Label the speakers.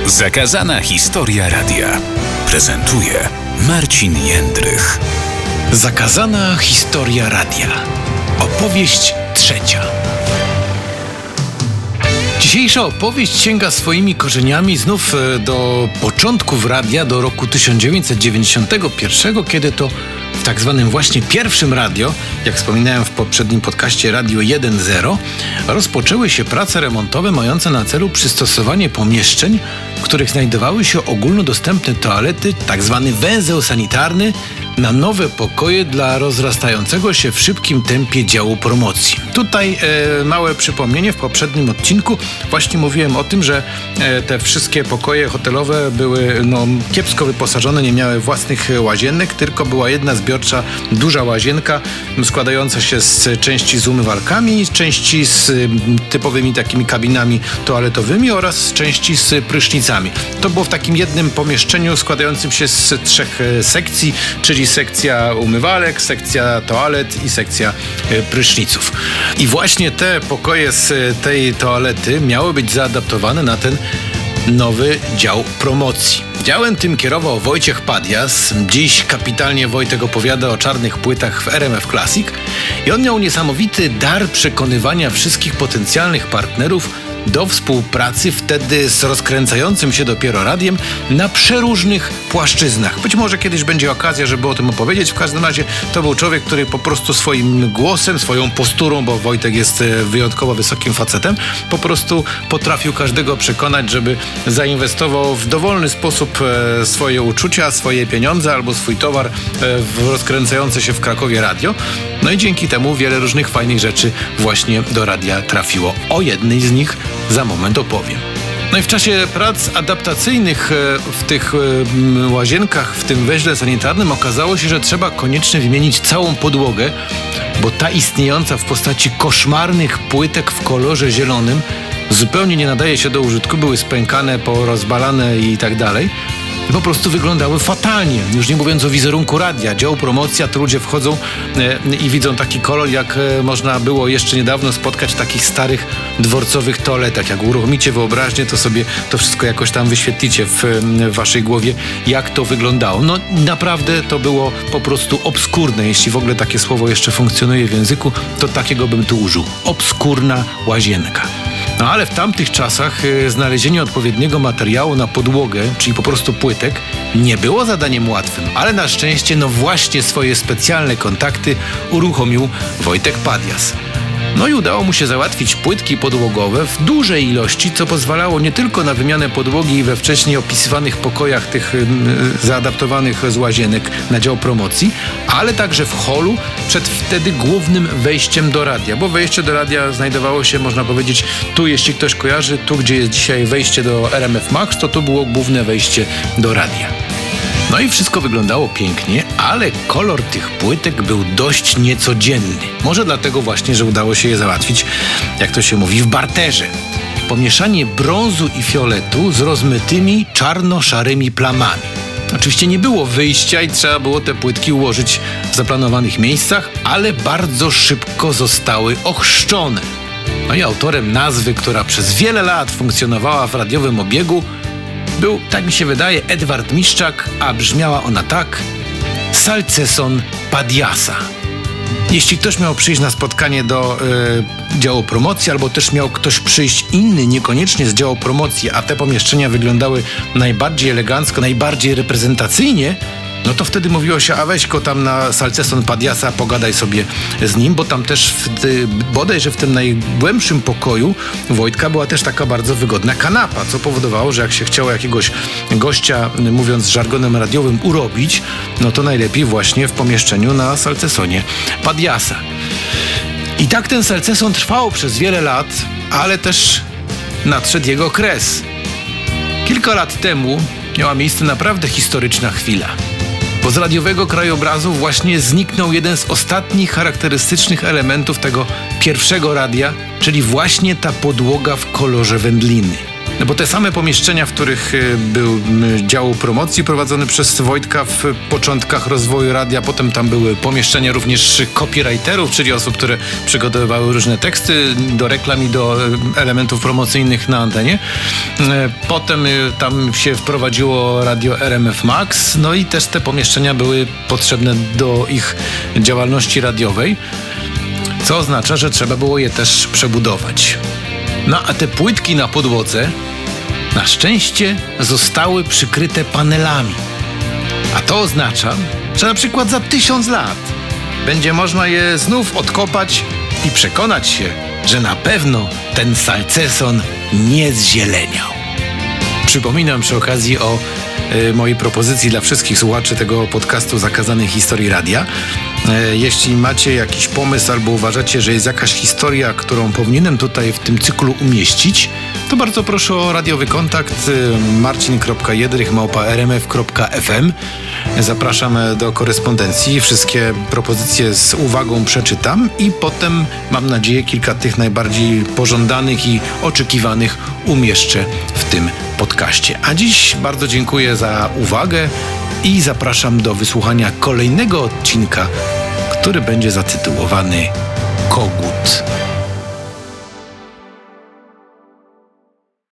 Speaker 1: Zakazana historia radia prezentuje Marcin Jędrych.
Speaker 2: Zakazana historia radia. Opowieść trzecia. Dzisiejsza opowieść sięga swoimi korzeniami znów do początków radia, do roku 1991, kiedy to w tak zwanym właśnie pierwszym radio, jak wspominałem w poprzednim podcaście Radio 1.0, rozpoczęły się prace remontowe mające na celu przystosowanie pomieszczeń, w których znajdowały się ogólnodostępne toalety, tak zwany węzeł sanitarny, na nowe pokoje dla rozrastającego się w szybkim tempie działu promocji. Tutaj małe przypomnienie, w poprzednim odcinku właśnie mówiłem o tym, że te wszystkie pokoje hotelowe były kiepsko wyposażone, nie miały własnych łazienek, tylko była jedna zbiorcza, duża łazienka składająca się z części z umywalkami, z części z typowymi takimi kabinami toaletowymi oraz części z prysznicami. To było w takim jednym pomieszczeniu składającym się z 3 sekcji, czyli sekcja umywalek, sekcja toalet i sekcja pryszniców. I właśnie te pokoje z tej toalety miały być zaadaptowane na ten nowy dział promocji. Działem tym kierował Wojciech Padias. Dziś kapitalnie Wojtek opowiada o czarnych płytach w RMF Classic i on miał niesamowity dar przekonywania wszystkich potencjalnych partnerów do współpracy wtedy z rozkręcającym się dopiero radiem na przeróżnych płaszczyznach. Być może kiedyś będzie okazja, żeby o tym opowiedzieć. W każdym razie to był człowiek, który po prostu swoim głosem, swoją posturą, bo Wojtek jest wyjątkowo wysokim facetem, po prostu potrafił każdego przekonać, żeby zainwestował w dowolny sposób swoje uczucia, swoje pieniądze albo swój towar w rozkręcające się w Krakowie radio. No i dzięki temu wiele różnych fajnych rzeczy właśnie do radia trafiło. O jednej z nich za moment opowiem. No i w czasie prac adaptacyjnych w tych łazienkach, w tym węźle sanitarnym okazało się, że trzeba koniecznie wymienić całą podłogę, bo ta istniejąca w postaci koszmarnych płytek w kolorze zielonym zupełnie nie nadaje się do użytku, były spękane, porozbalane i tak dalej. I po prostu wyglądały fatalnie. Już nie mówiąc o wizerunku radia. Dział promocja, to ludzie wchodzą i widzą taki kolor, jak można było jeszcze niedawno spotkać w takich starych dworcowych toaletach. Jak uruchomicie wyobraźnię, to sobie to wszystko jakoś tam wyświetlicie w waszej głowie, jak to wyglądało. No naprawdę to było po prostu obskurne. Jeśli w ogóle takie słowo jeszcze funkcjonuje w języku, to takiego bym tu użył. Obskurna łazienka. No ale w tamtych czasach znalezienie odpowiedniego materiału na podłogę, czyli po prostu płytek, nie było zadaniem łatwym, ale na szczęście właśnie swoje specjalne kontakty uruchomił Wojtek Padias. No i udało mu się załatwić płytki podłogowe w dużej ilości, co pozwalało nie tylko na wymianę podłogi we wcześniej opisywanych pokojach tych zaadaptowanych z łazienek na dział promocji, ale także w holu przed wtedy głównym wejściem do radia, bo wejście do radia znajdowało się, można powiedzieć, tu, jeśli ktoś kojarzy, tu gdzie jest dzisiaj wejście do RMF Max, to było główne wejście do radia. No i wszystko wyglądało pięknie, ale kolor tych płytek był dość niecodzienny. Może dlatego właśnie, że udało się je załatwić, jak to się mówi, w barterze. Pomieszanie brązu i fioletu z rozmytymi czarno-szarymi plamami. Oczywiście nie było wyjścia i trzeba było te płytki ułożyć w zaplanowanych miejscach, ale bardzo szybko zostały ochrzczone. No i autorem nazwy, która przez wiele lat funkcjonowała w radiowym obiegu, był, tak mi się wydaje, Edward Miszczak, a brzmiała ona tak: Salceson Padiasa. Jeśli ktoś miał przyjść na spotkanie do działu promocji, albo też miał ktoś przyjść inny, niekoniecznie z działu promocji, a te pomieszczenia wyglądały najbardziej elegancko, najbardziej reprezentacyjnie, no to wtedy mówiło się, a weź go tam na Salceson Padiasa, pogadaj sobie z nim, bo tam też bodajże w tym najgłębszym pokoju Wojtka była też taka bardzo wygodna kanapa, co powodowało, że jak się chciało jakiegoś gościa, mówiąc żargonem radiowym, urobić, no to najlepiej właśnie w pomieszczeniu na Salcesonie Padiasa. I tak ten Salceson trwał przez wiele lat, ale też nadszedł jego kres. Kilka lat temu miała miejsce naprawdę historyczna chwila. Bo z radiowego krajobrazu właśnie zniknął jeden z ostatnich charakterystycznych elementów tego pierwszego radia, czyli właśnie ta podłoga w kolorze wędliny. No bo te same pomieszczenia, w których był dział promocji prowadzony przez Wojtka w początkach rozwoju radia, potem tam były pomieszczenia również copywriterów, czyli osób, które przygotowywały różne teksty do reklam i do elementów promocyjnych na antenie. Potem tam się wprowadziło radio RMF Max, no i też te pomieszczenia były potrzebne do ich działalności radiowej, co oznacza, że trzeba było je też przebudować. No a te płytki na podłodze na szczęście zostały przykryte panelami. A to oznacza, że na przykład za 1000 lat będzie można je znów odkopać i przekonać się, że na pewno ten salceson nie zzieleniał. Przypominam przy okazji o mojej propozycji dla wszystkich słuchaczy tego podcastu Zakazanej Historii Radia. Jeśli macie jakiś pomysł albo uważacie, że jest jakaś historia, którą powinienem tutaj w tym cyklu umieścić, to bardzo proszę o radiowy kontakt marcin.jedrych@rmf.fm. Zapraszam do korespondencji. Wszystkie propozycje z uwagą przeczytam i potem, mam nadzieję, kilka tych najbardziej pożądanych i oczekiwanych umieszczę w tym podcaście. A dziś bardzo dziękuję za uwagę i zapraszam do wysłuchania kolejnego odcinka, który będzie zatytułowany Kogut.